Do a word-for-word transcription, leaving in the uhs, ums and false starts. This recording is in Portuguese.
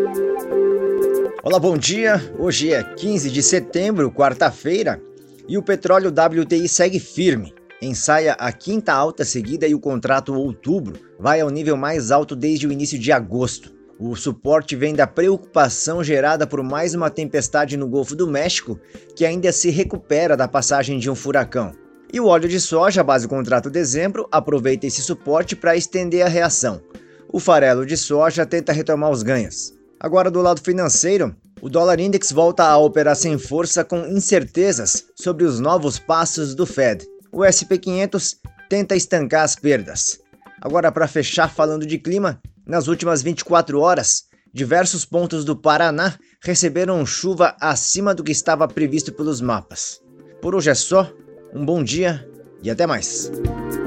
Olá, bom dia. Hoje é quinze de setembro, quarta-feira, e o petróleo W T I segue firme. Ensaia a quinta alta seguida e o contrato outubro vai ao nível mais alto desde o início de agosto. O suporte vem da preocupação gerada por mais uma tempestade no Golfo do México, que ainda se recupera da passagem de um furacão. E o óleo de soja, base contrato dezembro, aproveita esse suporte para estender a reação. O farelo de soja tenta retomar os ganhos. Agora, do lado financeiro, o dólar index volta a operar sem força com incertezas sobre os novos passos do Fed. O S e P quinhentos tenta estancar as perdas. Agora, para fechar falando de clima, nas últimas vinte e quatro horas, diversos pontos do Paraná receberam chuva acima do que estava previsto pelos mapas. Por hoje é só, um bom dia e até mais.